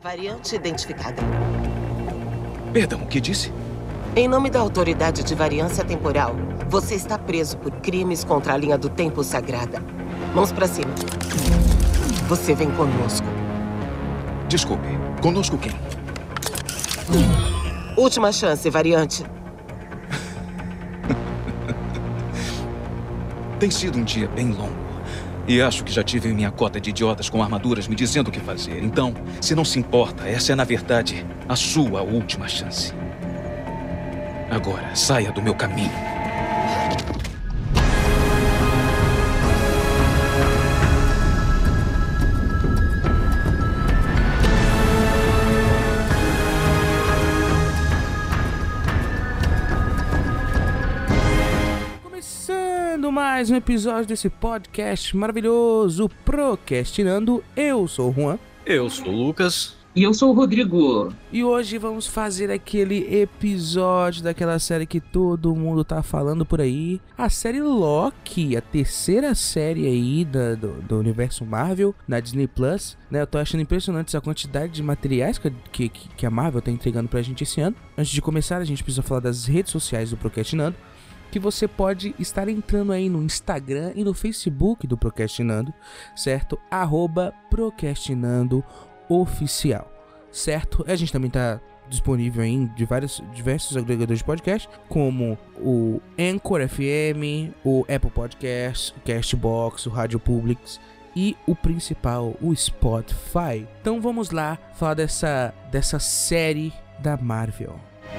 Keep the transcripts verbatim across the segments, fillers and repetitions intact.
Variante identificada. Perdão, o que disse? Em nome da Autoridade de Variância Temporal, você está preso por crimes contra a linha do tempo sagrada. Mãos pra cima. Você vem conosco. Desculpe, conosco quem? Última chance, Variante. Tem sido um dia bem longo. E acho que já tive minha cota de idiotas com armaduras me dizendo o que fazer. Então, se não se importa, essa é, na verdade, a sua última chance. Agora, saia do meu caminho. Mais um episódio desse podcast maravilhoso, Procrastinando. Eu sou o Juan. Eu sou o Lucas. E eu sou o Rodrigo. E hoje vamos fazer aquele episódio daquela série que todo mundo tá falando por aí. A série Loki, a terceira série aí da, do, do universo Marvel, na Disney Plus. Né, eu tô achando impressionante essa quantidade de materiais que, que, que a Marvel tá entregando pra gente esse ano. Antes de começar, a gente precisa falar das redes sociais do Procrastinando, que você pode estar entrando aí no Instagram e no Facebook do Procrastinando, certo? Arroba Procrastinando Oficial, certo? A gente também tá disponível em de vários, diversos agregadores de podcast, como o Anchor F M, o Apple Podcasts, o Castbox, o Radio Public e o principal, o Spotify. Então vamos lá falar dessa, dessa série da Marvel.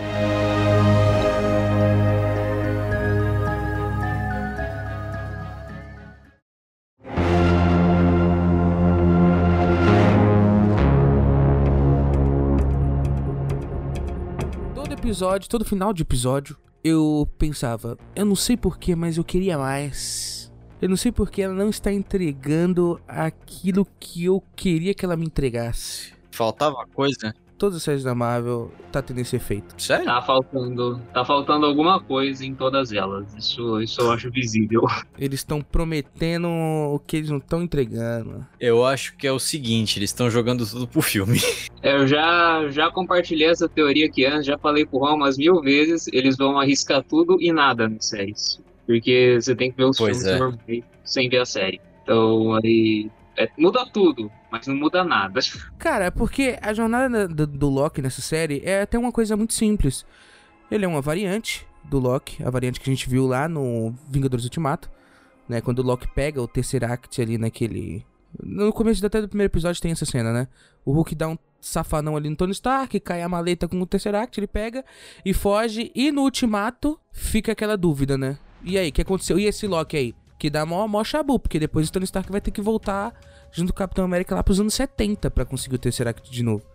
Episódio, todo final de episódio, eu pensava, eu não sei porquê, mas eu queria mais. Eu não sei porque ela não está entregando aquilo que eu queria que ela me entregasse. Faltava coisa? Todas as séries da Marvel tá tendo esse efeito. Sério? Tá faltando, tá faltando alguma coisa em todas elas. Isso, isso eu acho visível. Eles estão prometendo o que eles não estão entregando. Eu acho que é o seguinte, eles estão jogando tudo pro filme. Eu já, já compartilhei essa teoria aqui antes, já falei pro Juan umas mil vezes, eles vão arriscar tudo e nada nas séries. Porque você tem que ver os pois filmes é. normalmente sem ver a série. Então aí é, muda tudo, mas não muda nada. Cara, é porque a jornada do, do Loki nessa série é até uma coisa muito simples. Ele é uma variante do Loki, a variante que a gente viu lá no Vingadores Ultimato, né? Quando o Loki pega o Tesseract ali naquele... No começo até do primeiro episódio tem essa cena, né? O Hulk dá um safanão ali no Tony Stark, cai a maleta com o Tesseract, ele pega e foge. E no Ultimato fica aquela dúvida, né? E aí, o que aconteceu? E esse Loki aí? Que dá mó, mó chabu, porque depois o Tony Stark vai ter que voltar junto com o Capitão América lá pros anos setenta pra conseguir o Tesseract de novo.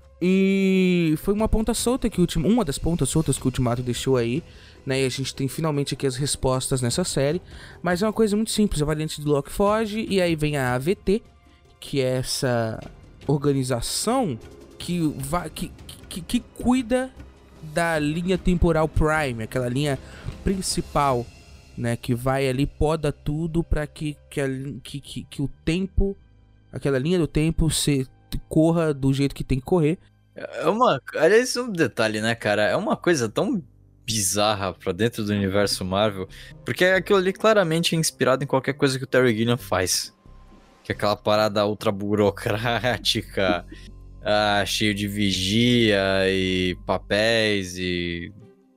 E foi uma ponta solta que o Ultimato, uma das pontas soltas que o Ultimato deixou aí, né? E a gente tem finalmente aqui as respostas nessa série. Mas é uma coisa muito simples, a variante do Loki foge e aí vem a A V T, que é essa organização que, vai, que, que, que cuida da linha temporal Prime, aquela linha principal, né, que vai ali, poda tudo pra que, que, a, que, que, que o tempo, aquela linha do tempo se corra do jeito que tem que correr. É uma, aliás, um detalhe, né, cara, é uma coisa tão bizarra pra dentro do universo Marvel, porque aquilo ali claramente é inspirado em qualquer coisa que o Terry Gilliam faz. Que é aquela parada ultra burocrática, ah, cheio de vigia e papéis e...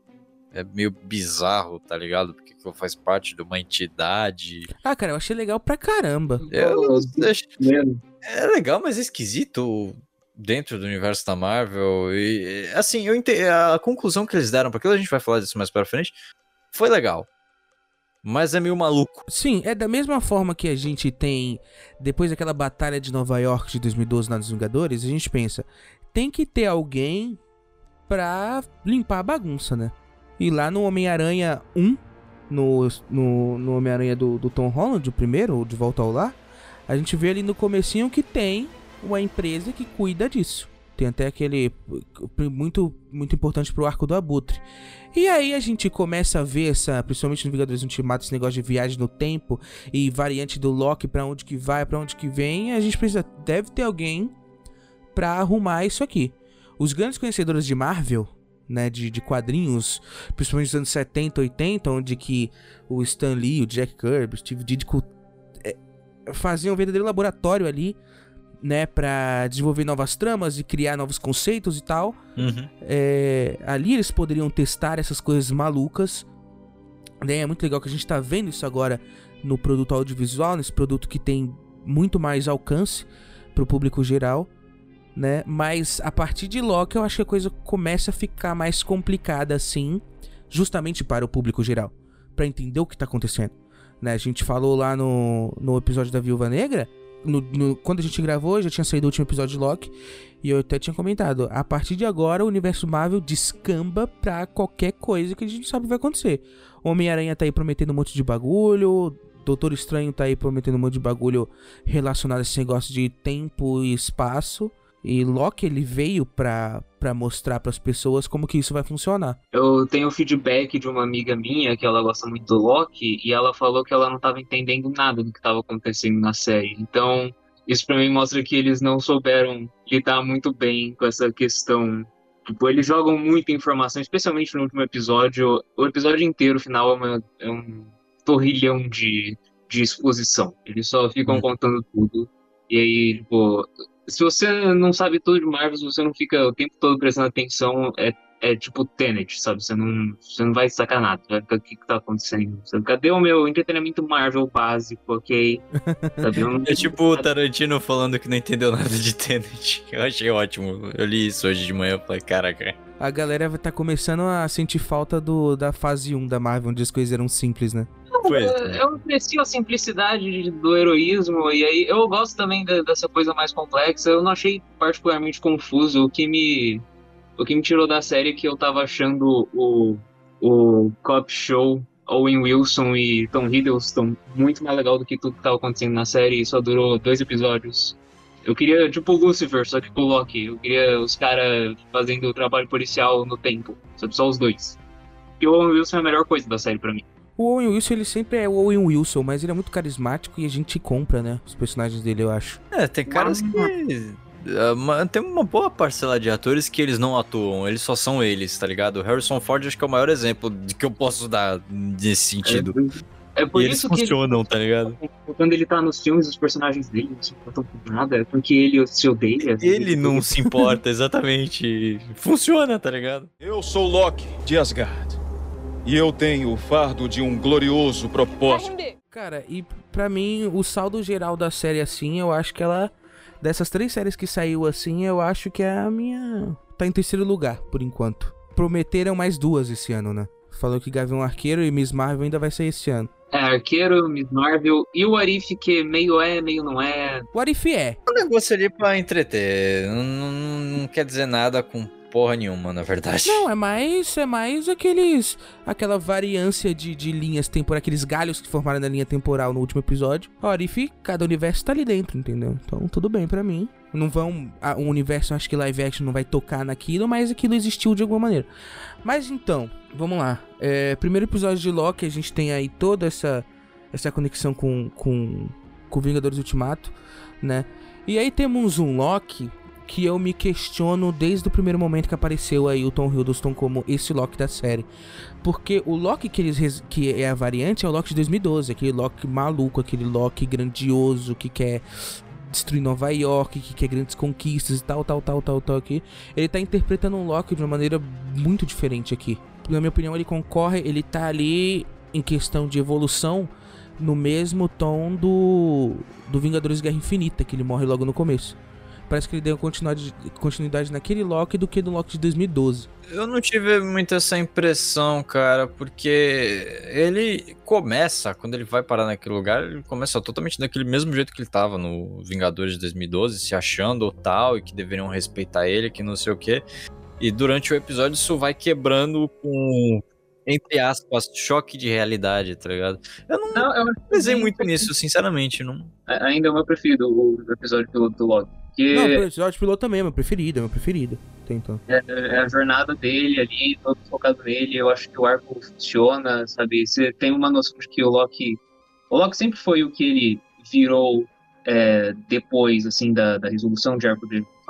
É meio bizarro, tá ligado? Porque aquilo faz parte de uma entidade. Ah, cara, eu achei legal pra caramba. Eu, eu, é legal, mas é esquisito dentro do universo da Marvel. E, assim, eu ente... a conclusão que eles deram pra aquilo, a gente vai falar disso mais pra frente, foi legal. Mas é meio maluco. Sim, é da mesma forma que a gente tem, depois daquela batalha de Nova York de dois mil e doze lá nos Vingadores, a gente pensa, tem que ter alguém pra limpar a bagunça, né? E lá no Homem-Aranha um, no, no, no Homem-Aranha do, do Tom Holland, o primeiro, o De Volta ao Lar, a gente vê ali no comecinho que tem uma empresa que cuida disso. Tem até aquele muito, muito importante pro arco do Abutre. E aí a gente começa a ver essa, principalmente no Vingadores Ultimato, esse negócio de viagem no tempo e variante do Loki, pra onde que vai, pra onde que vem. A gente precisa, deve ter alguém pra arrumar isso aqui. Os grandes conhecedores de Marvel, né, de, de quadrinhos, principalmente dos anos setenta, oitenta, onde que o Stan Lee, o Jack Kirby, o Steve Ditko é, faziam um verdadeiro laboratório ali, né, pra desenvolver novas tramas e criar novos conceitos e tal. Uhum. É, ali eles poderiam testar essas coisas malucas, né? É muito legal que a gente tá vendo isso agora no produto audiovisual, nesse produto que tem muito mais alcance pro público geral, né? Mas a partir de Loki eu acho que a coisa começa a ficar mais complicada assim, justamente para o público geral, para entender o que tá acontecendo, né? A gente falou lá no, no episódio da Viúva Negra, no, no, quando a gente gravou já tinha saído o último episódio de Loki, e eu até tinha comentado, a partir de agora o universo Marvel descamba pra qualquer coisa que a gente não sabe o que vai acontecer. Homem-Aranha tá aí prometendo um monte de bagulho, Doutor Estranho tá aí prometendo um monte de bagulho relacionado a esse negócio de tempo e espaço. E Loki, ele veio pra, pra mostrar pras pessoas como que isso vai funcionar. Eu tenho feedback de uma amiga minha que ela gosta muito do Loki e ela falou que ela não estava entendendo nada do que estava acontecendo na série. Então, isso pra mim mostra que eles não souberam lidar muito bem com essa questão. Tipo, eles jogam muita informação, especialmente no último episódio. O episódio inteiro, o final, é, uma, é um torrilhão de, de exposição. Eles só ficam hum. contando tudo. E aí, tipo... Se você não sabe tudo de Marvel, se você não fica o tempo todo prestando atenção, é, é tipo Tenet, sabe? Você não, você não vai sacar nada, vai ficar o que, que tá acontecendo. Sabe? Cadê o meu entretenimento Marvel básico, ok? Sabe? Não... É tipo o Tarantino falando que não entendeu nada de Tenet. Eu achei ótimo. Eu li isso hoje de manhã, eu falei, caraca. A galera vai tá começando a sentir falta do, da fase um da Marvel, onde as coisas eram simples, né? Eu aprecio a simplicidade do heroísmo, e aí eu gosto também de, dessa coisa mais complexa. Eu não achei particularmente confuso. O que me, o que me tirou da série é que eu tava achando o, o Cop Show, Owen Wilson e Tom Hiddleston muito mais legal do que tudo que tava acontecendo na série, e só durou dois episódios. Eu queria, tipo, Lucifer, só que com o Loki. Eu queria os caras fazendo o trabalho policial no tempo, sabe? Só os dois. E o Owen Wilson é a melhor coisa da série pra mim. O Owen Wilson, ele sempre é o Owen Wilson, mas ele é muito carismático e a gente compra, né, os personagens dele, eu acho. É, tem caras que... Uh, tem uma boa parcela de atores que eles não atuam, eles só são eles, tá ligado? O Harrison Ford acho que é o maior exemplo de que eu posso dar nesse sentido. É, é por e isso eles que funcionam, ele, tá ligado? quando ele tá nos filmes, os personagens dele não se importam com nada, é porque ele se odeia. Ele não se importa, exatamente. Funciona, tá ligado? Eu sou Loki, de Asgard. E eu tenho o fardo de um glorioso propósito. Cara, e pra mim, o saldo geral da série, assim, eu acho que ela... Dessas três séries que saiu, assim, eu acho que é a minha... Tá em terceiro lugar, por enquanto. Prometeram mais duas esse ano, né? Falou que Gavião Arqueiro e Miss Marvel ainda vai sair esse ano. É, Arqueiro, Miss Marvel e o Arif, que meio é, meio não é. O Arif é. Um negócio ali pra entreter. Não, não, não quer dizer nada com porra nenhuma, na verdade. Não, é mais, é mais aqueles... Aquela variância de, de linhas temporais, aqueles galhos que formaram na linha temporal no último episódio. O Arif, cada universo tá ali dentro, entendeu? Então, tudo bem pra mim. Não vão... A, o universo, acho que live action não vai tocar naquilo, mas aquilo existiu de alguma maneira. Mas então, vamos lá. É, primeiro episódio de Loki, a gente tem aí toda essa, essa conexão com, com, com Vingadores Ultimato, né? E aí temos um Loki que eu me questiono desde o primeiro momento que apareceu aí o Tom Hiddleston como esse Loki da série. Porque o Loki que, eles, que é a variante é o Loki de dois mil e doze, aquele Loki maluco, aquele Loki grandioso que quer destruir Nova York, que quer grandes conquistas e tal, tal, tal, tal, tal aqui. Ele tá interpretando um Loki de uma maneira muito diferente aqui. Na minha opinião, ele concorre, ele tá ali em questão de evolução no mesmo tom do, do Vingadores Guerra Infinita, que ele morre logo no começo. Parece que ele deu continuidade, continuidade naquele Loki do que no Loki de dois mil e doze. Eu não tive muito essa impressão, cara, porque ele começa, quando ele vai parar naquele lugar, ele começa totalmente daquele mesmo jeito que ele tava no Vingadores de dois mil e doze, se achando ou tal, e que deveriam respeitar ele, que não sei o quê. E durante o episódio isso vai quebrando com, entre aspas, choque de realidade, tá ligado? Eu não, não eu pensei muito que... nisso, sinceramente. Não... Ainda é o meu preferido, o episódio piloto do Loki. Que... Não, o episódio piloto também é meu preferido, é meu preferido. Então. É, é a jornada dele ali, todo focado nele. Eu acho que o arco funciona, sabe? Você tem uma noção de que o Loki... O Loki sempre foi o que ele virou é, depois, assim, da, da resolução de arco dele.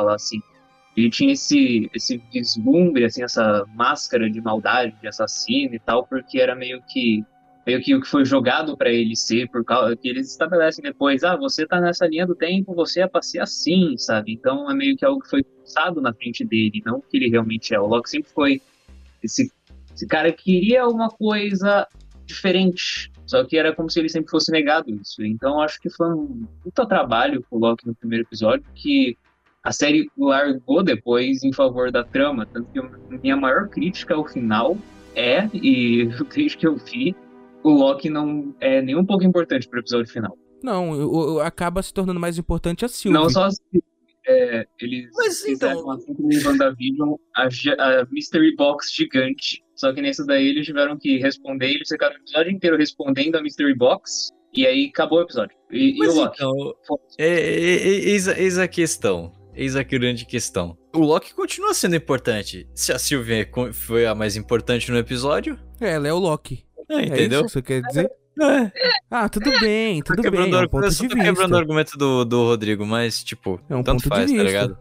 falar assim. Ele tinha esse, esse vislumbre, assim, essa máscara de maldade, de assassino e tal, porque era meio que meio que o que foi jogado pra ele ser, por causa que eles estabelecem depois, ah, você tá nessa linha do tempo, você é pra ser assim, sabe? Então é meio que algo que foi pensado na frente dele, não o que ele realmente é. O Loki sempre foi esse, esse cara que queria uma coisa diferente, só que era como se ele sempre fosse negado isso. Então acho que foi um puta trabalho pro Loki no primeiro episódio, que a série largou depois em favor da trama, tanto que a minha maior crítica ao final é, e desde que eu vi, o Loki não é nem um pouco importante pro episódio final. Não, o- o- acaba se tornando mais importante a Sylvie. Não só assim, é, eles Mas fizeram então- assim como em WandaVision a, gi- a Mystery Box gigante, só que nesse daí eles tiveram que responder, eles ficaram o episódio inteiro respondendo a Mystery Box, e aí acabou o episódio. E, e Mas o Loki? então, é, é, é, eis, a- eis a questão. Eis a grande questão. O Loki continua sendo importante. Se a Sylvie co- foi a mais importante no episódio, É, ela é o Loki. é, É entendeu? isso que você quer dizer? É. Ah, tudo bem, Tô tudo bem, quebrando, é um eu ponto só de tô quebrando o vista. argumento do, do Rodrigo, mas, tipo, É um tanto ponto de faz, tá vista. ligado?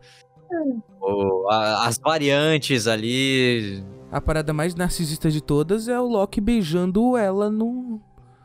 O- a- as variantes ali. A parada mais narcisista de todas é o Loki beijando ela no...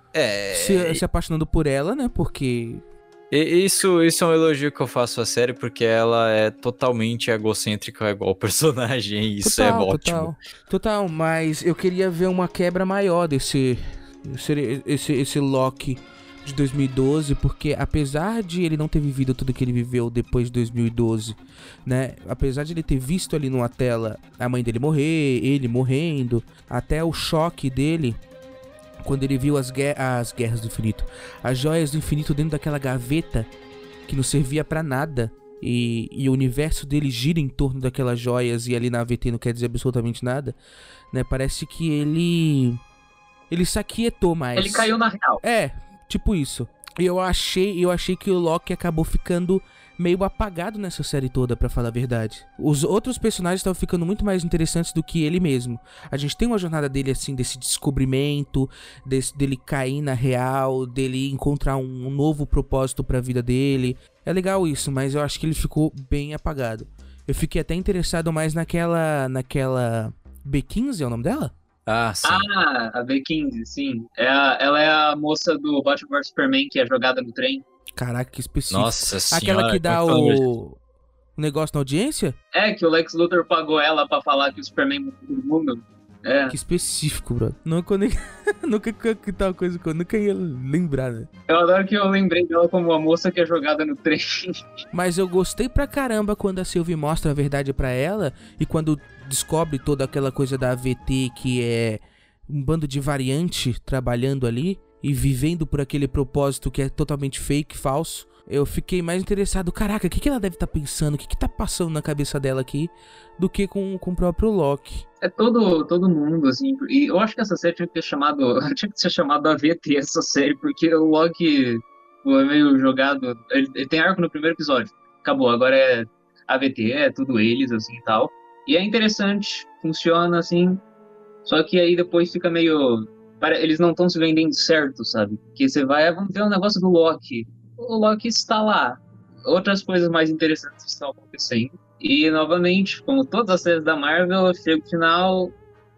É. Se, se apaixonando por ela, né? Porque... E- Isso, isso é um elogio que eu faço à série, porque ela é totalmente egocêntrica igual o personagem, e isso é ótimo. Total, total, mas eu queria ver uma quebra maior desse... Esse, esse, esse Loki de dois mil e doze, porque apesar de ele não ter vivido tudo que ele viveu depois de dois mil e doze, né? Apesar de ele ter visto ali numa tela a mãe dele morrer, ele morrendo, até o choque dele quando ele viu as, guer as guerras do infinito, as joias do infinito dentro daquela gaveta que não servia pra nada, e, e o universo dele gira em torno daquelas joias, e ali na A V T não quer dizer absolutamente nada, né? Parece que ele ele se aquietou mais. Ele caiu na real. É, tipo isso. E eu achei, eu achei que o Loki acabou ficando meio apagado nessa série toda, pra falar a verdade. Os outros personagens estavam ficando muito mais interessantes do que ele mesmo. A gente tem uma jornada dele, assim, desse descobrimento, desse, dele cair na real, dele encontrar um, um novo propósito pra vida dele. É legal isso, mas eu acho que ele ficou bem apagado. Eu fiquei até interessado mais naquela, naquela B quinze, é o nome dela? Ah, sim. Ah, a B quinze, sim. É a- ela é a moça do Batman vs Superman que é jogada no trem. Caraca, que específico. Nossa senhora. Aquela que dá como é que fala? o... o negócio na audiência? É, que o Lex Luthor pagou ela pra falar que o Superman matou todo mundo. É. Que específico, bro. Nunca, nem... nunca que tal coisa que eu nunca ia lembrar, né? Eu adoro que eu lembrei dela como a moça que é jogada no trem. Mas eu gostei pra caramba quando a Sylvie mostra a verdade pra ela e quando descobre toda aquela coisa da A V T, que é um bando de variante trabalhando ali e vivendo por aquele propósito que é totalmente fake, falso. Eu fiquei mais interessado, caraca, o que, que ela deve estar pensando, o que, que tá passando na cabeça dela aqui, do que com, com o próprio Loki. É todo, todo mundo, assim. E eu acho que essa série tinha que ter chamado. Tinha que ser chamado A V T, essa série, porque o Loki pô, é meio jogado. Ele, ele tem arco no primeiro episódio. Acabou, agora é A V T, é tudo eles, assim e tal. E é interessante, funciona assim. Só que aí depois fica meio. Para- Eles não estão se vendendo certo, sabe? Porque você vai, ah, vamos ver o negócio do Loki. O Loki está lá. Outras coisas mais interessantes estão acontecendo. E, novamente, como todas as séries da Marvel, chega o final.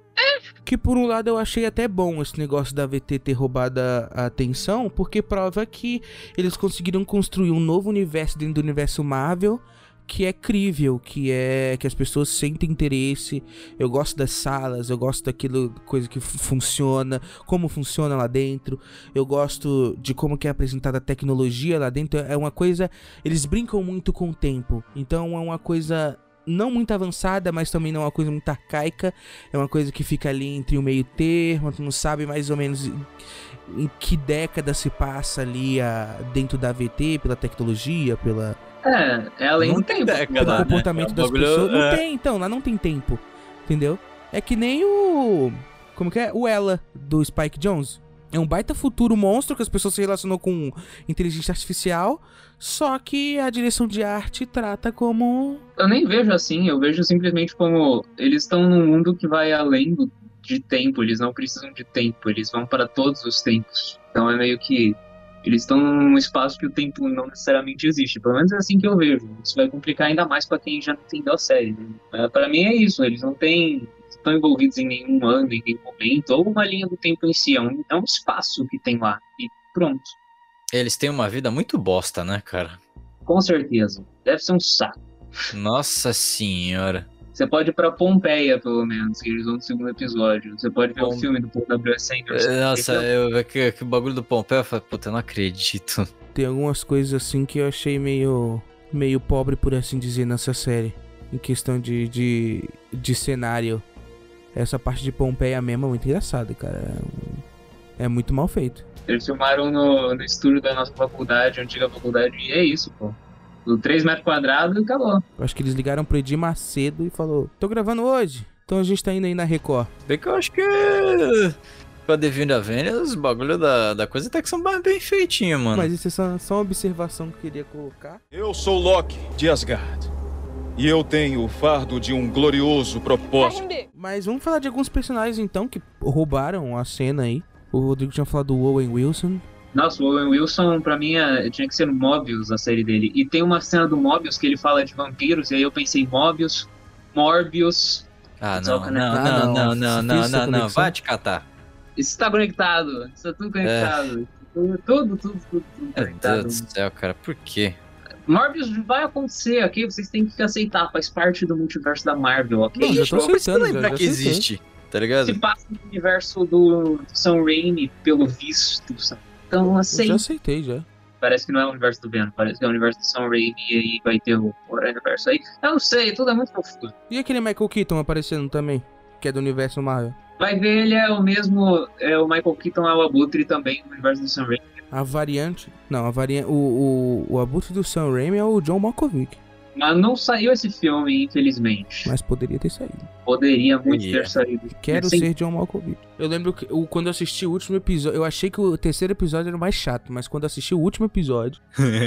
Que por um lado eu achei até bom esse negócio da A V T ter roubado a a atenção, porque prova que eles conseguiram construir um novo universo dentro do universo Marvel que é crível, que é que as pessoas sentem interesse. Eu gosto das salas, eu gosto daquilo, coisa que fu- funciona, como funciona lá dentro. Eu gosto de como que é apresentada a tecnologia lá dentro. É uma coisa, eles brincam muito com o tempo. Então é uma coisa não muito avançada, mas também não é uma coisa muito arcaica. É uma coisa que fica ali entre o meio termo, tu não sabe mais ou menos em, em que década se passa ali a, dentro da A V T, pela tecnologia, pela É, é além Não do tem tempo. década, pelo né? comportamento É um das bagulho, pessoas. Não é. tem, então, lá não tem tempo. Entendeu? É que nem o... Como que é? O Ela, do Spike Jonze. É um baita futuro monstro que as pessoas se relacionam com inteligência artificial, só que a direção de arte trata como... Eu nem vejo assim, eu vejo simplesmente como eles estão num mundo que vai além do, de tempo, eles não precisam de tempo, eles vão para todos os tempos. Então é meio que Eles estão num espaço que o tempo não necessariamente existe. Pelo menos é assim que eu vejo. Isso vai complicar ainda mais pra quem já não entendeu a série. Né? Pra mim é isso. Eles não têm, estão envolvidos em nenhum ano, em nenhum momento, ou uma linha do tempo em si. É um, é um espaço que tem lá. E pronto. Eles têm uma vida muito bosta, né, cara? Com certeza. Deve ser um saco. Nossa senhora. Você pode ir pra Pompeia, pelo menos, que eles vão no segundo episódio. Você pode ver Pom... o filme do Paul W S. Anderson. Nossa, eu, que, que bagulho do Pompeia, eu falei, puta, eu não acredito. Tem algumas coisas assim que eu achei meio, meio pobre, por assim dizer, nessa série. Em questão de, de, de cenário. Essa parte de Pompeia mesmo é muito engraçada, cara. É, é muito mal feito. Eles filmaram no, no estúdio da nossa faculdade, antiga faculdade, e é isso, pô. três metros quadrados e acabou. Eu acho que eles ligaram pro Edir Macedo e falou, tô gravando hoje, então a gente tá indo aí na Record. Bem que eu acho que pra Devir a Vênia, os bagulho da, da coisa até que são bem feitinhos, mano. Mas isso é só, só uma observação que eu queria colocar. Eu sou Loki de Asgard. E eu tenho o fardo de um glorioso propósito. Mas vamos falar de alguns personagens então que roubaram a cena aí. O Rodrigo tinha falado do Owen Wilson. Nossa, o Owen Wilson, pra mim, é, tinha que ser no Mobius, a série dele. E tem uma cena do Mobius que ele fala de vampiros, e aí eu pensei Mobius, Morbius... Ah, não, não, não, não, não, não, não, não, não, vai te catar. Isso tá conectado, isso tá tudo conectado. É. Tudo, tudo, tudo, tudo, tudo conectado. Meu Deus do céu, cara, por quê? Morbius vai acontecer, ok? Vocês têm que aceitar, faz parte do multiverso da Marvel, ok? Não, já tô aceitando, já, já que existe, tá ligado? Se passa no universo do Sam Raimi, pelo visto, então aceita. Eu já aceitei, já. Parece que não é o universo do Venom, parece que é o universo do Sam Raimi e aí vai ter o universo aí. Eu não sei, tudo é muito confuso. E aquele Michael Keaton aparecendo também, que é do universo Marvel? Vai ver, ele é o mesmo, é o Michael Keaton, é o Abutre também, no universo do Sam Raimi. A variante... Não, a variante... O, o, o Abutre do Sam Raimi é o John Malkovich. Mas não saiu esse filme, infelizmente. Mas poderia ter saído. Poderia muito Yeah. ter saído. Quero Sim. ser John Malkovich. Eu lembro que eu, quando eu assisti o último episódio... Eu achei que o terceiro episódio era o mais chato. Mas quando eu assisti o último episódio...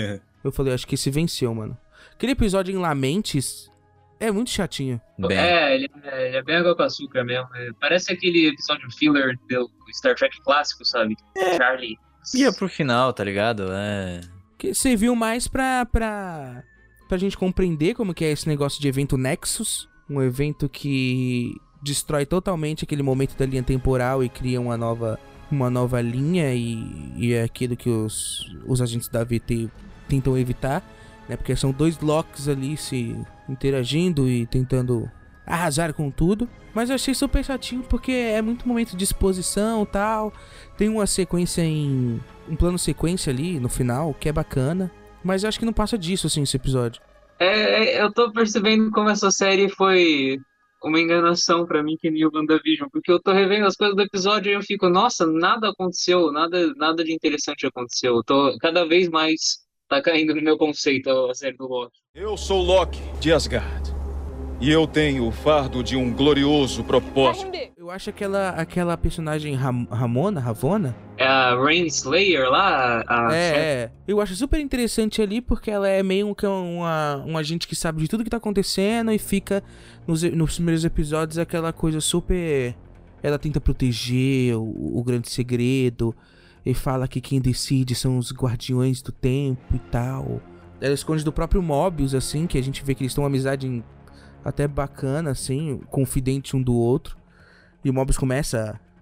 eu falei, acho que esse venceu, mano. Aquele episódio em Lamentes... É muito chatinho. Bem, É, ele é, ele é bem água com açúcar mesmo. É, parece aquele episódio filler do Star Trek clássico, sabe? Charlie. ia pro final, tá ligado? É... Que serviu mais pra, pra, pra gente compreender como que é esse negócio de evento Nexus. Um evento que destrói totalmente aquele momento da linha temporal e cria uma nova, uma nova linha. E, e é aquilo que os, os agentes da V T tentam evitar. Né? Porque são dois Locks ali se interagindo e tentando arrasar com tudo. Mas eu achei super chatinho porque é muito momento de exposição e tal. Tem uma sequência em... um plano sequência ali no final, que é bacana. Mas eu acho que não passa disso, assim, esse episódio. É, é, eu tô percebendo como essa série foi uma enganação pra mim, que nem o WandaVision. Porque eu tô revendo as coisas do episódio e eu fico, nossa, nada aconteceu, nada, nada de interessante aconteceu. Eu tô cada vez mais tá caindo no meu conceito a série do Loki. Eu sou Loki de Asgard. E eu tenho o fardo de um glorioso propósito. Eu acho aquela, aquela personagem Ram, Ramona, Ravona... É a Rain Slayer lá? A... É, é. Eu acho super interessante ali porque ela é meio que uma, um agente que sabe de tudo que tá acontecendo e fica nos, nos primeiros episódios aquela coisa super... Ela tenta proteger o, o grande segredo e fala que quem decide são os guardiões do tempo e tal. Ela esconde do próprio Mobius, assim, que a gente vê que eles têm uma amizade em... até bacana, assim, confidente um do outro. E o Mobius começa a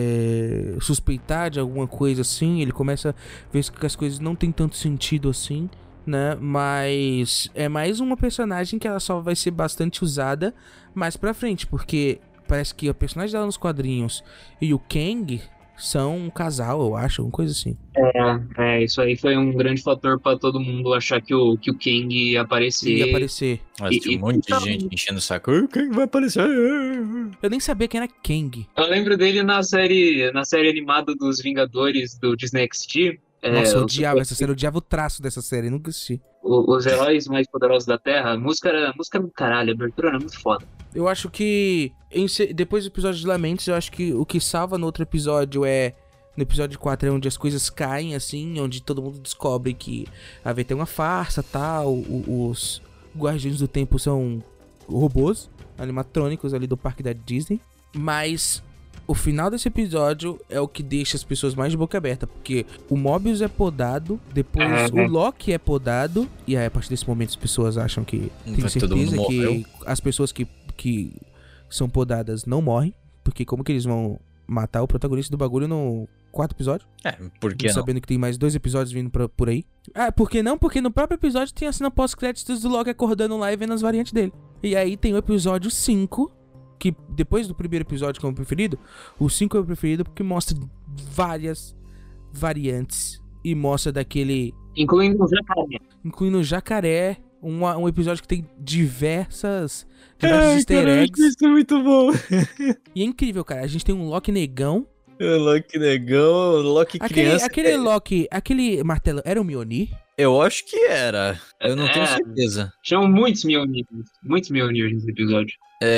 é, suspeitar de alguma coisa assim. Ele começa a ver que as coisas não tem tanto sentido assim, né? Mas é mais uma personagem que ela só vai ser bastante usada mais pra frente. Porque parece que a personagem dela nos quadrinhos e o Kang são um casal, eu acho, uma coisa assim. É, é, isso aí foi um grande fator pra todo mundo achar que o, que o Kang ia aparecer. Ia aparecer. Mas tinha um monte de gente enchendo o saco. O Kang vai aparecer. Eu nem sabia quem era Kang. Eu lembro dele na série, na série animada dos Vingadores do Disney X D. Nossa, é, eu odiava essa série, eu odiava o traço dessa série, nunca assisti. O, os heróis mais poderosos da Terra, a música era, a música era do caralho, a abertura era muito foda. Eu acho que, em, depois do episódio de Lamentos, eu acho que o que salva no outro episódio é... No episódio quatro é onde as coisas caem, assim, onde todo mundo descobre que a V T é uma farsa, tal, o, os Guardiões do Tempo são robôs animatrônicos ali do parque da Disney. Mas O final desse episódio é o que deixa as pessoas mais de boca aberta, porque o Mobius é podado, depois Uhum. o Loki é podado, e aí a partir desse momento as pessoas acham que, tem Vai, todo mundo certeza que morreu. as pessoas que, que são podadas não morrem, porque como que eles vão matar o protagonista do bagulho no quarto episódio? É, por que não? Sabendo que tem mais dois episódios vindo pra, por aí. Ah, por que não? Porque no próprio episódio tem a cena pós-créditos do Loki acordando lá e vendo as variantes dele. E aí tem o episódio cinco, que depois do primeiro episódio que é o preferido, o cinco é o preferido porque mostra várias variantes e mostra daquele, Incluindo o jacaré. incluindo o jacaré, um, um episódio que tem diversas, diversos easter eggs. Isso é muito bom. E é incrível, cara. A gente tem um Loki negão. O Loki negão, o Loki Aquele, criança. aquele Loki, aquele martelo era o Mjolnir? Eu acho que era. Eu não tenho É. certeza. Tinham muitos Mjolnirs. Muitos Mjolnirs nesse episódio.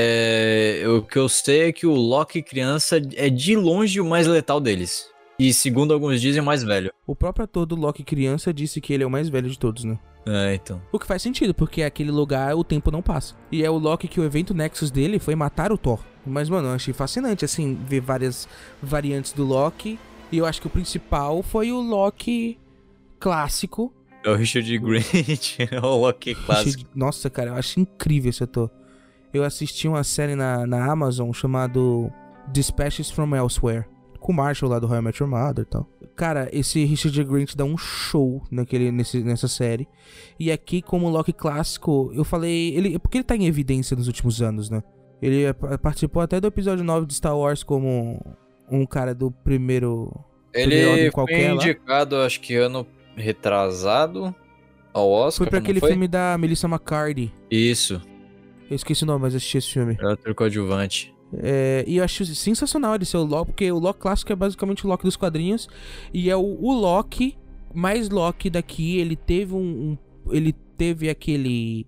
É, o que eu sei é que o Loki criança é de longe o mais letal deles. E segundo alguns dizem, o mais velho. O próprio ator do Loki criança disse que ele é o mais velho de todos, né? É, então. O que faz sentido, porque aquele lugar o tempo não passa. E é o Loki que o evento Nexus dele foi matar o Thor. Mas, mano, eu achei fascinante, assim, ver várias variantes do Loki. E eu acho que o principal foi o Loki clássico. É o Richard Grant, é o Loki clássico. Achei- Nossa, cara, eu acho incrível esse ator. Eu assisti uma série na, na Amazon chamado Dispatches from Elsewhere, com o Marshall lá do How I Met Your Mother e tal. Cara, esse Richard Grant dá um show naquele, nesse, nessa série. E aqui, como Loki clássico, eu falei... Ele, porque ele tá em evidência nos últimos anos, né? Ele eh, participou até do episódio nove de Star Wars como um cara do primeiro... primeira ordem Ele qualquer foi lá. indicado, acho que ano retrasado, ao Oscar. Foi pra não aquele foi? filme da Melissa McCarthy. Isso, Eu esqueci o nome, mas assisti esse filme. é o coadjuvante. É, e eu acho sensacional ele ser o Loki, porque o Loki clássico é basicamente o Loki dos quadrinhos. E é o, o Loki, mais Loki daqui, ele teve um, um- Ele teve aquele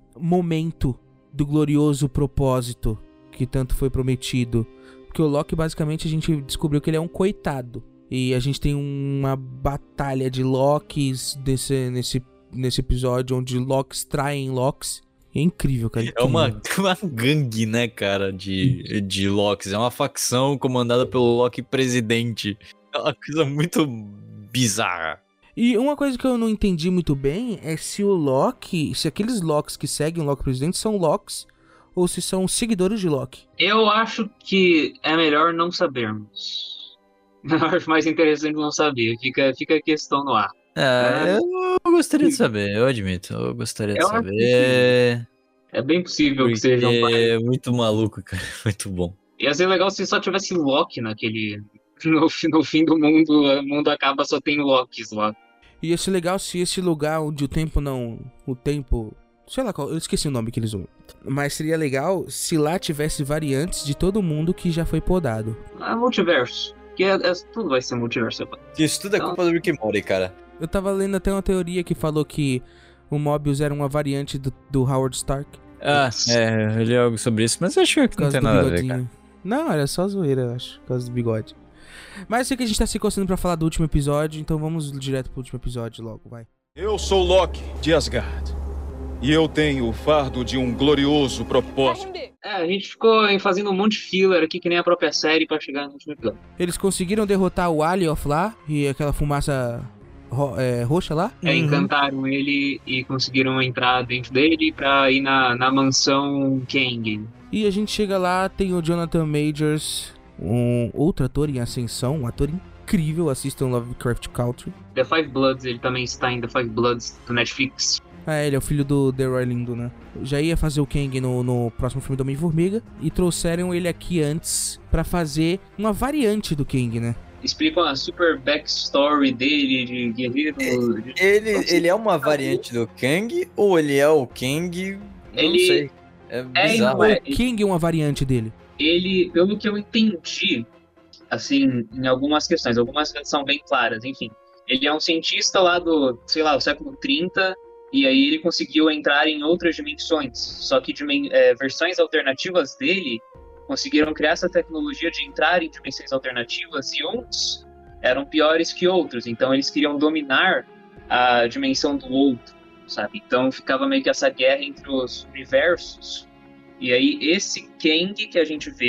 momento do glorioso propósito que tanto foi prometido. Porque o Loki, basicamente, a gente descobriu que ele é um coitado. E a gente tem uma batalha de Lokis desse, nesse, nesse episódio, onde Lokis traem Lokis. É incrível, cara. É uma, incrível. uma gangue, né, cara, de, de Locks. É uma facção comandada pelo Loki presidente. É uma coisa muito bizarra. E uma coisa que eu não entendi muito bem é se o Loki, se aqueles Locks que seguem o Loki presidente são Locks ou se são seguidores de Loki. Eu acho que é melhor não sabermos. Eu acho mais interessante não saber. Fica, fica a questão no ar. É, eu gostaria de saber, eu admito. Eu gostaria de Eu acho saber. É bem possível Porque que sejam vários. é muito maluco, cara. Muito bom. Ia ser legal se só tivesse Loki naquele. No, fi- no fim do mundo, o mundo acaba, só tem Lokis lá. E ia ser legal se esse lugar onde o tempo não... O tempo... Sei lá qual... Eu esqueci o nome que eles usam. Mas seria legal se lá tivesse variantes de todo mundo que já foi podado. É multiverso. Que é, é- tudo vai ser multiverso. Isso tudo é culpa do Rick and Morty, cara. Eu tava lendo até uma teoria que falou que o Mobius era uma variante do, do Howard Stark. Ah, é, eu li algo sobre isso, mas acho que Por não causa tem do nada a ver, bigodinho. cara. Não, era só zoeira, eu acho. Por causa do bigode. Mas eu sei que a gente tá se coçando pra falar do último episódio, então vamos direto pro último episódio logo, vai. Eu sou Loki de Asgard. E eu tenho o fardo de um glorioso propósito. É, a gente ficou em- fazendo um monte de filler aqui, que nem a própria série, pra chegar no último episódio. Eles conseguiram derrotar o Alioth lá, e aquela fumaça ro- é, roxa lá. É, encantaram ele e conseguiram entrar dentro dele pra ir na, na mansão Kang. E a gente chega lá, tem o Jonathan Majors, um outro ator em ascensão, um ator incrível, assistam Lovecraft Country. The Five Bloods, ele também está em The Five Bloods do Netflix. Ah, ele é o filho do Delroy Lindo, né? Já ia fazer o Kang no, no próximo filme do Homem-Formiga, e trouxeram ele aqui antes pra fazer uma variante do Kang, né? Explicam a super backstory dele, de guerreiro. de- Ele, ele é uma variante do Kang ou ele é o Kang? Não Ele- sei. É É, bizarro. não é. O Kang é uma variante dele. Ele, pelo que eu entendi, assim, em algumas questões, algumas são bem claras, enfim. Ele é um cientista lá do, sei lá, do século trinta, e aí ele conseguiu entrar em outras dimensões. Só que dimen- é, versões alternativas dele conseguiram criar essa tecnologia de entrar em dimensões alternativas, e uns eram piores que outros. Então eles queriam dominar a dimensão do outro, sabe? Então ficava meio que essa guerra entre os universos. E aí esse Kang que a gente vê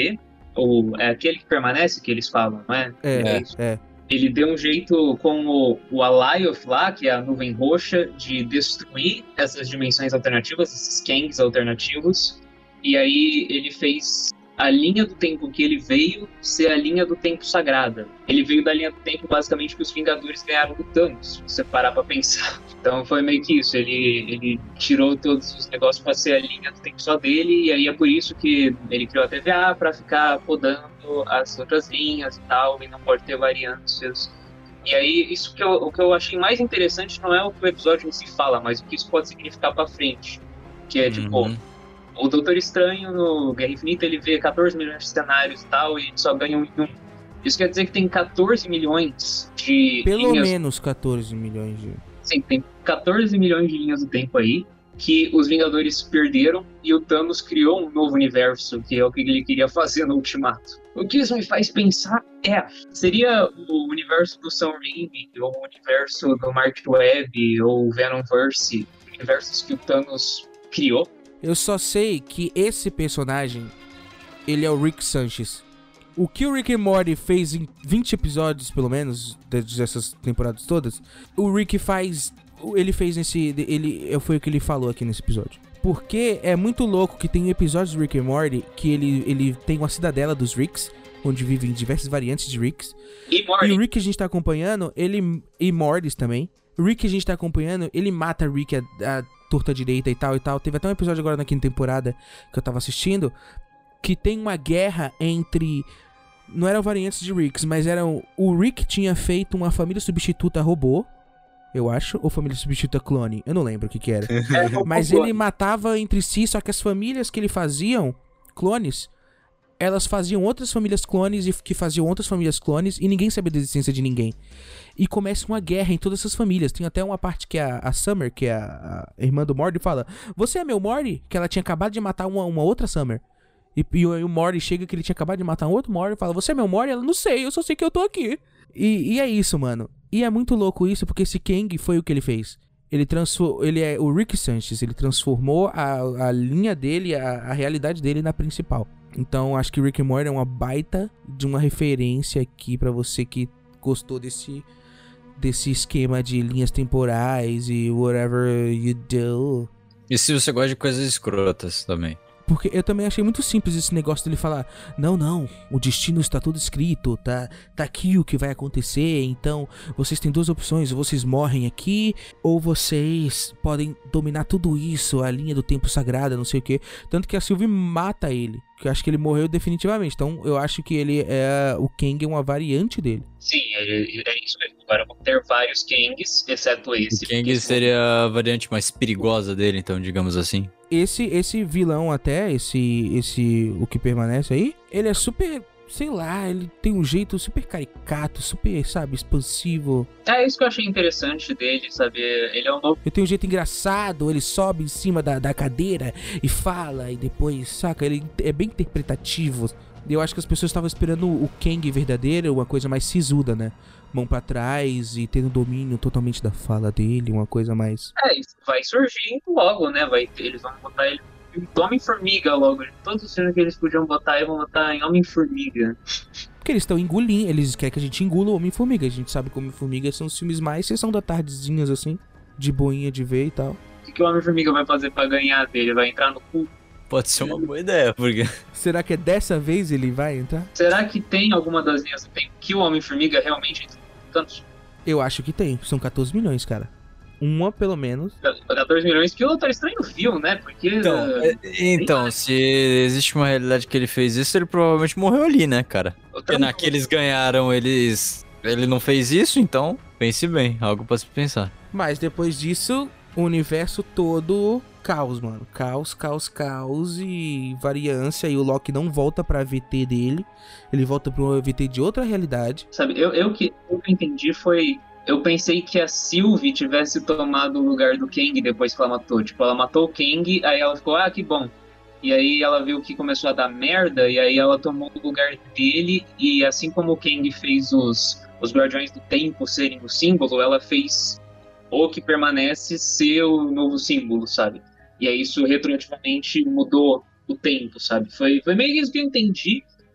o, é aquele que permanece que eles falam, não é? É, isso. é. Ele deu um jeito com o, o Alioth lá, que é a nuvem roxa, de destruir essas dimensões alternativas, esses Kangs alternativos. E aí ele fez a linha do tempo que ele veio ser a linha do tempo sagrada. Ele veio da linha do tempo basicamente que os Vingadores ganharam do Thanos, se você parar pra pensar. Então foi meio que isso, ele, ele tirou todos os negócios pra ser a linha do tempo só dele, e aí é por isso que ele criou a T V A, pra ficar podando as outras linhas e tal, e não pode ter variâncias. E aí, isso que eu, o que eu achei mais interessante não é o que o episódio em si fala, mas o que isso pode significar pra frente. Que é, tipo, Uhum. o Doutor Estranho no Guerra Infinita, ele vê catorze milhões de cenários e tal, e só ganha um em um. Isso quer dizer que tem catorze milhões de Pelo linhas... menos catorze milhões de... Sim, tem catorze milhões de linhas do tempo aí, que os Vingadores perderam, e o Thanos criou um novo universo, que é o que ele queria fazer no Ultimato. O que isso me faz pensar é, seria o universo do Sam Raimi, ou o universo do Mark Webb, ou o Venomverse, universos que o Thanos criou? Eu só sei que esse personagem, ele é o Rick Sanchez. O que o Rick and Morty fez em vinte episódios, pelo menos, dessas temporadas todas, o Rick faz... Ele fez nesse... Ele, foi o que ele falou aqui nesse episódio. Porque é muito louco que tem episódios do Rick and Morty que ele, ele tem uma cidadela dos Ricks, onde vivem diversas variantes de Ricks. E Morty. E o Rick que a gente tá acompanhando, ele... E Mortys também. O Rick que a gente tá acompanhando, ele mata o Rick a, a torta direita e tal e tal. Teve até um episódio agora na quinta temporada que eu tava assistindo, que tem uma guerra entre... Não eram variantes de Ricks, mas eram... O Rick tinha feito uma família substituta robô, eu acho, ou família substituta clone, eu não lembro o que que era. Mas ele matava entre si, só que as famílias que ele faziam, clones, elas faziam outras famílias clones e que faziam outras famílias clones e ninguém sabia da existência de ninguém. E começa uma guerra em todas essas famílias. Tem até uma parte que a, a Summer, que é a, a irmã do Morty, fala: "Você é meu Morty?" Que ela tinha acabado de matar uma, uma outra Summer. E, e, o, e o Morty chega que ele tinha acabado de matar um outro Morty e fala: "Você é meu Morty?" Ela: "Não sei, eu só sei que eu tô aqui." E, e é isso, mano. E é muito louco isso, porque esse Kang foi o que ele fez. Ele transformou... Ele é o Rick Sanchez. Ele transformou a, a linha dele, a, a realidade dele na principal. Então, acho que Rick and Morty é uma baita de uma referência aqui pra você que gostou desse... Desse esquema de linhas temporais e whatever you do. E se você gosta de coisas escrotas também. Porque eu também achei muito simples esse negócio dele falar: não, não, o destino está todo escrito, tá, tá aqui o que vai acontecer, então vocês têm duas opções, ou vocês morrem aqui, ou vocês podem dominar tudo isso, a linha do tempo sagrada, não sei o que. Tanto que a Sylvie mata ele, que eu acho que ele morreu definitivamente, então eu acho que ele é, o Kang é uma variante dele. Sim, é, é isso mesmo. Agora vão ter vários Kangs, exceto esse. O Kang seria a variante mais perigosa dele, então, digamos assim. Esse, esse vilão até, esse, esse, o que permanece aí, ele é super, sei lá, ele tem um jeito super caricato, super, sabe, expansivo. É isso que eu achei interessante dele, sabe? Ele é um novo... Ele tem um jeito engraçado, ele sobe em cima da, da cadeira e fala, e depois, saca, ele é bem interpretativo. Eu acho que as pessoas estavam esperando o Kang verdadeiro, uma coisa mais sisuda, né? Mão pra trás e tendo domínio totalmente da fala dele, uma coisa mais... É, isso vai surgir logo, né? Vai ter, eles vão botar ele em Homem-Formiga logo. Todos os filmes que eles podiam botar, eles vão botar em Homem-Formiga. Porque eles estão engolindo, eles querem que a gente engula o Homem-Formiga. A gente sabe que o Homem-Formiga são os filmes mais sessão da tardezinhas, assim, de boinha de ver e tal. O que, que o Homem-Formiga vai fazer pra ganhar dele? Vai entrar no cu? Pode ser uma boa ideia, porque... Será que é dessa vez ele vai entrar? Será que tem alguma das linhas do tempo que o Homem-Formiga realmente entra no tanto? Eu acho que tem, são catorze milhões, cara. Uma, pelo menos. catorze milhões que o Doutor Estranho viu, né? Porque... Então, é, então se existe uma realidade que ele fez isso, ele provavelmente morreu ali, né, cara? Porque na que eles ganharam, eles... Ele não fez isso, então pense bem, algo pra se pensar. Mas depois disso, o universo todo... Caos, mano. Caos, caos, caos e variância. E o Loki não volta pra V T dele. Ele volta pra uma V T de outra realidade. Sabe, eu, eu que eu que entendi foi... Eu pensei que a Sylvie tivesse tomado o lugar do Kang depois que ela matou. Tipo, ela matou o Kang, aí ela ficou, ah, que bom. E aí ela viu que começou a dar merda, e aí ela tomou o lugar dele. E assim como o Kang fez os, os Guardiões do Tempo serem o símbolo, ela fez o que permanece ser o novo símbolo, sabe? E aí isso retroativamente mudou o tempo, sabe? Foi, foi meio isso que eu entendi,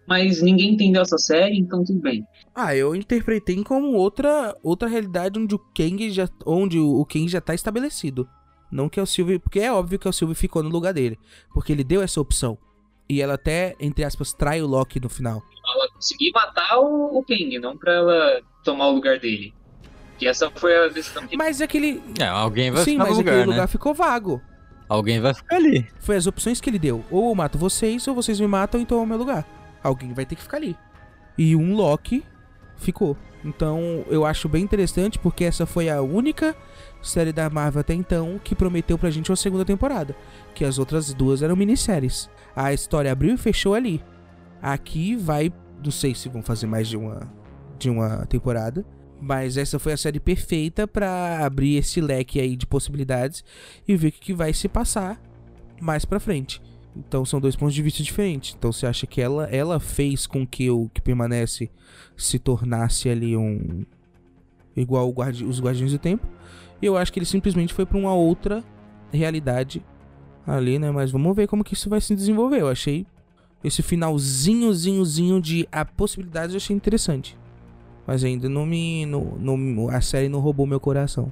mas ninguém entendeu essa série, então tudo bem. Ah, eu interpretei como outra, outra realidade onde o Kang já, onde o Kang já tá estabelecido. Não que o Sylvie, porque é óbvio que o Sylvie ficou no lugar dele, porque ele deu essa opção. E ela até, entre aspas, trai o Loki no final. Ela conseguiu matar o, o Kang, não pra ela tomar o lugar dele. Que essa foi a decisão que... Mas aquele... É, alguém vai Sim, ficar mas no lugar, aquele né? lugar ficou vago. Alguém vai ficar ali. Foi as opções que ele deu. Ou eu mato vocês, ou vocês me matam e tomam o meu lugar. Alguém vai ter que ficar ali. E um Loki ficou. Então eu acho bem interessante, porque essa foi a única série da Marvel até então que prometeu pra gente uma segunda temporada. Que as outras duas eram minisséries. A história abriu e fechou ali. Aqui vai... Não sei se vão fazer mais de uma, de uma temporada. Mas essa foi a série perfeita pra abrir esse leque aí de possibilidades e ver o que, que vai se passar mais pra frente. Então são dois pontos de vista diferentes. Então você acha que ela, ela fez com que o que permanece se tornasse ali um... igual o guardi, os Guardiões do Tempo. E eu acho que ele simplesmente foi pra uma outra realidade ali, né? Mas vamos ver como que isso vai se desenvolver. Eu achei esse finalzinhozinhozinho de a possibilidades, eu achei interessante. Mas ainda não me... Não, não, a série não roubou meu coração.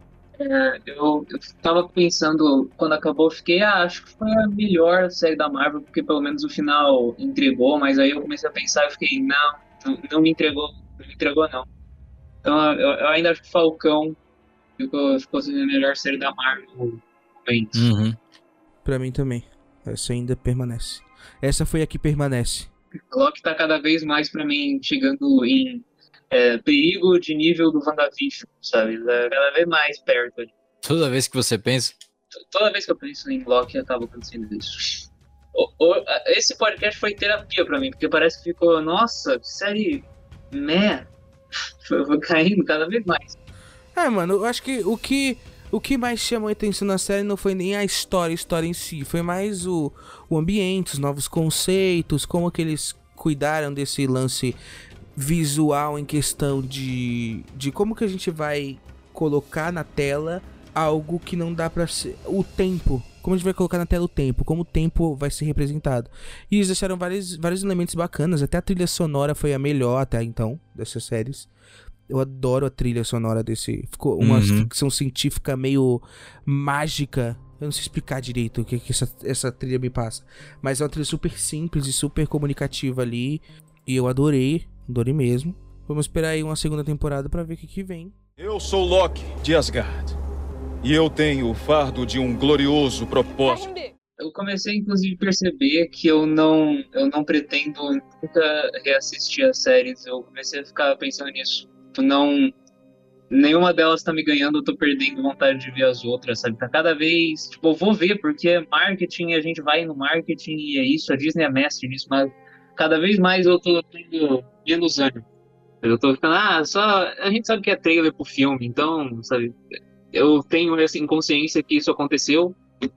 É, eu, eu tava pensando, quando acabou, eu fiquei, ah, acho que foi a melhor série da Marvel, porque pelo menos o final entregou, mas aí eu comecei a pensar e fiquei, não, não, não me entregou, não me entregou não. Então eu, eu ainda acho que Falcão ficou, ficou sendo a melhor série da Marvel no momento. Uhum. Pra mim também. Essa ainda permanece. Essa foi a que permanece. Loki tá cada vez mais pra mim chegando em é, perigo de nível do WandaVision, sabe? Tá cada vez mais perto. Toda vez que você pensa... Toda vez que eu penso em Loki, acaba acontecendo isso. O, o, esse podcast foi terapia pra mim, porque parece que ficou, nossa, série meh. Foi, foi caindo cada vez mais. É, mano, eu acho que o que... O que mais chamou a atenção na série não foi nem a história, a história em si. Foi mais o, o ambiente, os novos conceitos, como que eles cuidaram desse lance visual em questão de, de como que a gente vai colocar na tela algo que não dá pra ser... O tempo. Como a gente vai colocar na tela o tempo, como o tempo vai ser representado. E eles deixaram vários, vários elementos bacanas. Até a trilha sonora foi a melhor até então dessas séries. Eu adoro a trilha sonora desse... Ficou uma Uhum. ficção científica meio mágica. Eu não sei explicar direito o que, que essa, essa trilha me passa. Mas é uma trilha super simples e super comunicativa ali. E eu adorei. Adorei mesmo. Vamos esperar aí uma segunda temporada pra ver o que, que vem. Eu sou Loki de Asgard. E eu tenho o fardo de um glorioso propósito. Eu comecei, inclusive, a perceber que eu não, eu não pretendo nunca reassistir as séries. Eu comecei a ficar pensando nisso. Não, nenhuma delas tá me ganhando, eu tô perdendo vontade de ver as outras, sabe? Tá cada vez, tipo, eu vou ver porque é marketing, a gente vai no marketing e é isso, a Disney é mestre nisso, mas cada vez mais eu tô tendo menos ânimo. Eu tô ficando, ah, só, a gente sabe que é trailer pro filme, então, sabe? Eu tenho essa inconsciência que isso aconteceu,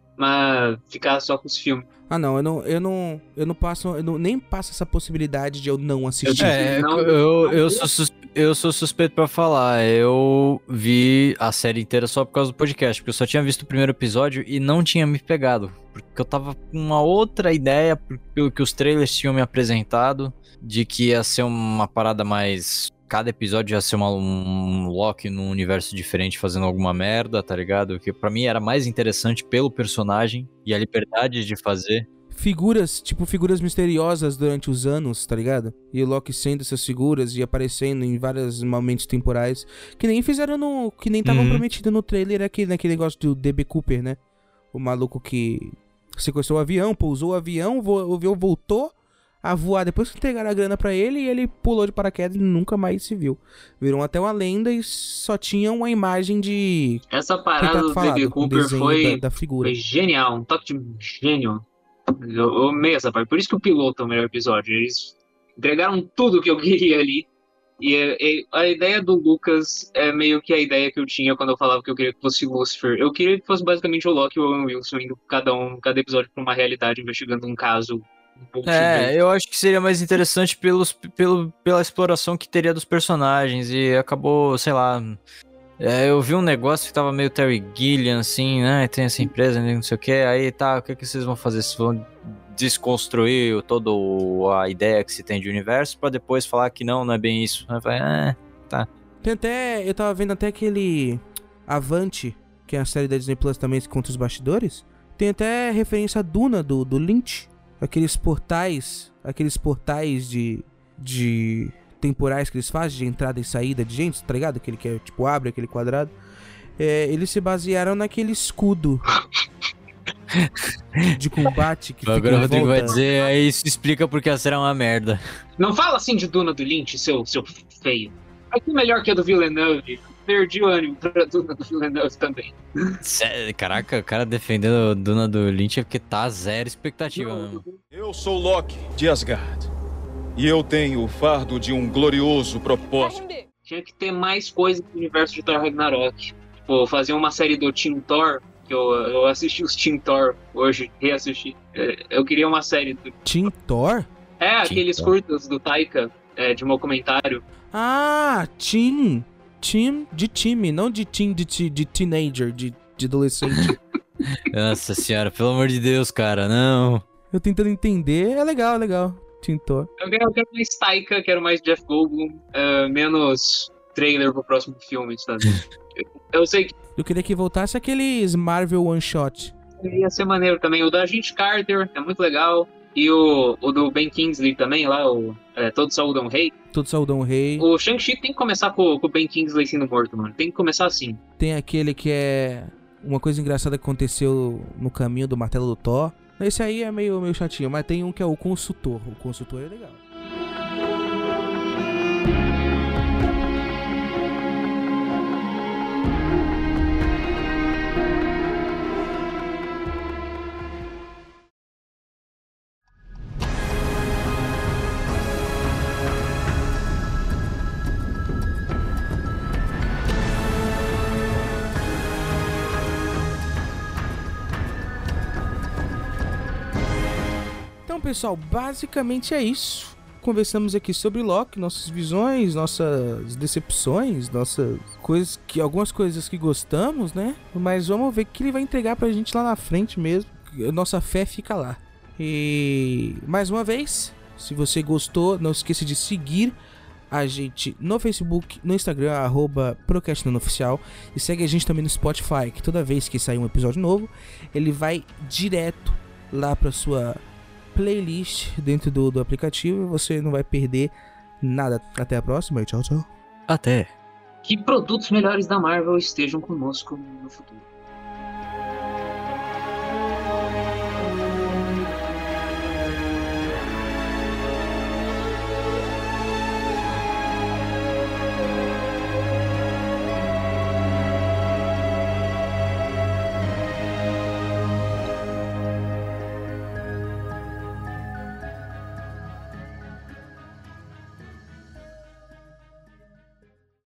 mas ficar só com os filmes. Ah, não, eu não, eu não, eu não passo, eu não, nem passo essa possibilidade de eu não assistir. É, Não, eu, não- eu, sou sus- eu sou suspeito pra falar. Eu vi a série inteira só por causa do podcast, porque eu só tinha visto o primeiro episódio e não tinha me pegado. Porque eu tava com uma outra ideia, pelo que os trailers tinham me apresentado, de que ia ser uma parada mais... Cada episódio ia ser uma, um Loki num universo diferente fazendo alguma merda, tá ligado? Que pra mim era mais interessante pelo personagem e a liberdade de fazer. Figuras, tipo figuras misteriosas durante os anos, tá ligado? E o Loki sendo essas figuras e aparecendo em vários momentos temporais, que nem fizeram no... que nem estavam Uhum. prometido no trailer, aquele, naquele negócio do D B Cooper, né? O maluco que sequestrou o avião, pousou o avião, vo- o avião voltou a voar depois que entregaram a grana pra ele e ele pulou de paraquedas e nunca mais se viu. Virou até uma lenda e só tinha uma imagem de... Essa parada do falado, D B um Cooper desenho foi, da, da figura. foi genial, um toque de gênio. Eu, eu amei essa parte, por isso que o piloto é o melhor episódio. Eles entregaram tudo que eu queria ali. E, e a ideia do Lucas é meio que a ideia que eu tinha quando eu falava que eu queria que fosse Lucifer. Eu queria que fosse basicamente o Loki e o Owen Wilson indo cada um, cada episódio pra uma realidade, investigando um caso. Um É, eu acho que seria mais interessante pelos, pelo, pela exploração que teria dos personagens e acabou, sei lá... É, eu vi um negócio que tava meio Terry Gilliam, assim, né? Tem essa empresa, não sei o que. Aí tá, o que, que vocês vão fazer? Vocês vão desconstruir toda a ideia que se tem de universo pra depois falar que não, não é bem isso. Aí vai, ah, tá. Tem até, eu tava vendo até aquele Avante, que é a série da Disney Plus também, que conta os bastidores. Tem até referência à Duna do, do Lynch. Aqueles portais, aqueles portais de, de temporais que eles fazem, de entrada e saída de gente, tá ligado? Aquele que é, tipo, abre aquele quadrado. É, eles se basearam naquele escudo de combate que Agora fica o Rodrigo volta... vai dizer, aí isso explica porque a série é uma merda. Não fala assim de Duna do Lynch, seu, seu feio. Aqui melhor que a do Villeneuve. Perdi o ânimo pra Duna do Villeneuve também. Sério, caraca, o cara defendendo a Duna do Lynch é porque tá zero expectativa mesmo. Eu sou Loki, de Asgard. E eu tenho o fardo de um glorioso propósito. Tinha que ter mais coisa no universo de Thor Ragnarok. Tipo, fazer uma série do Team Thor, que eu, eu assisti os Team Thor hoje, reassisti. Eu queria uma série do... Team Thor? É, Team aqueles Thor. curtas do Taika, é, de documentário. Ah, Team. Team de time, não de team de, de, de teenager, de, de adolescente. Nossa senhora, pelo amor de Deus, cara, não. Eu tentando entender, é legal, é legal. Team Thor. Eu quero, eu quero mais Taika, quero mais Jeff Goldblum, uh, menos trailer pro próximo filme, sabe? eu, eu sei que Eu queria que voltasse aqueles Marvel One Shot. ia ser maneiro também. O da Agente Carter é muito legal. E o, o do Ben Kingsley também, lá, o é, Todo Saúdão Rei. Todo Saudão Rei. O Shang-Chi tem que começar com, com o Ben Kingsley sendo morto, mano. Tem que começar assim. Tem aquele que é uma coisa engraçada que aconteceu no caminho do martelo do Thor. Esse aí é meio, meio chatinho, mas tem um que é o Consultor. O Consultor é legal. Então, pessoal, basicamente é isso. Conversamos aqui sobre Loki, nossas visões, nossas decepções, nossas coisas que algumas coisas que gostamos, né? Mas vamos ver o que ele vai entregar pra gente lá na frente mesmo. Nossa fé fica lá. E mais uma vez, se você gostou, não esqueça de seguir a gente no Facebook, no Instagram, arroba procrastinandooficial, e segue a gente também no Spotify, que toda vez que sair um episódio novo, ele vai direto lá pra sua playlist dentro do, do aplicativo e você não vai perder nada. Até a próxima e tchau, tchau. Até. Que produtos melhores da Marvel estejam conosco no futuro.